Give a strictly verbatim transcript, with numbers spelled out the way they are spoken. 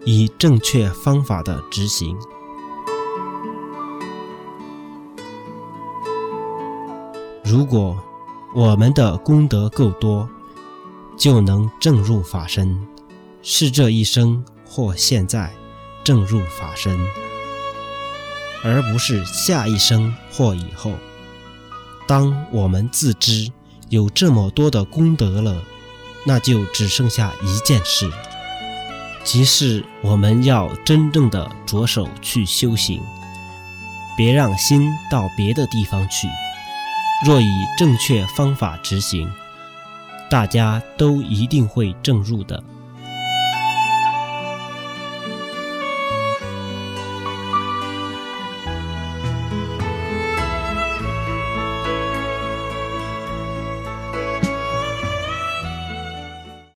以正确方法的执行。如果我们的功德够多，就能证入法身，是这一生或现在证入法身，而不是下一生或以后。当我们自知有这么多的功德了，那就只剩下一件事，即是我们要真正的着手去修行，别让心到别的地方去。若以正确方法执行，大家都一定会证入的。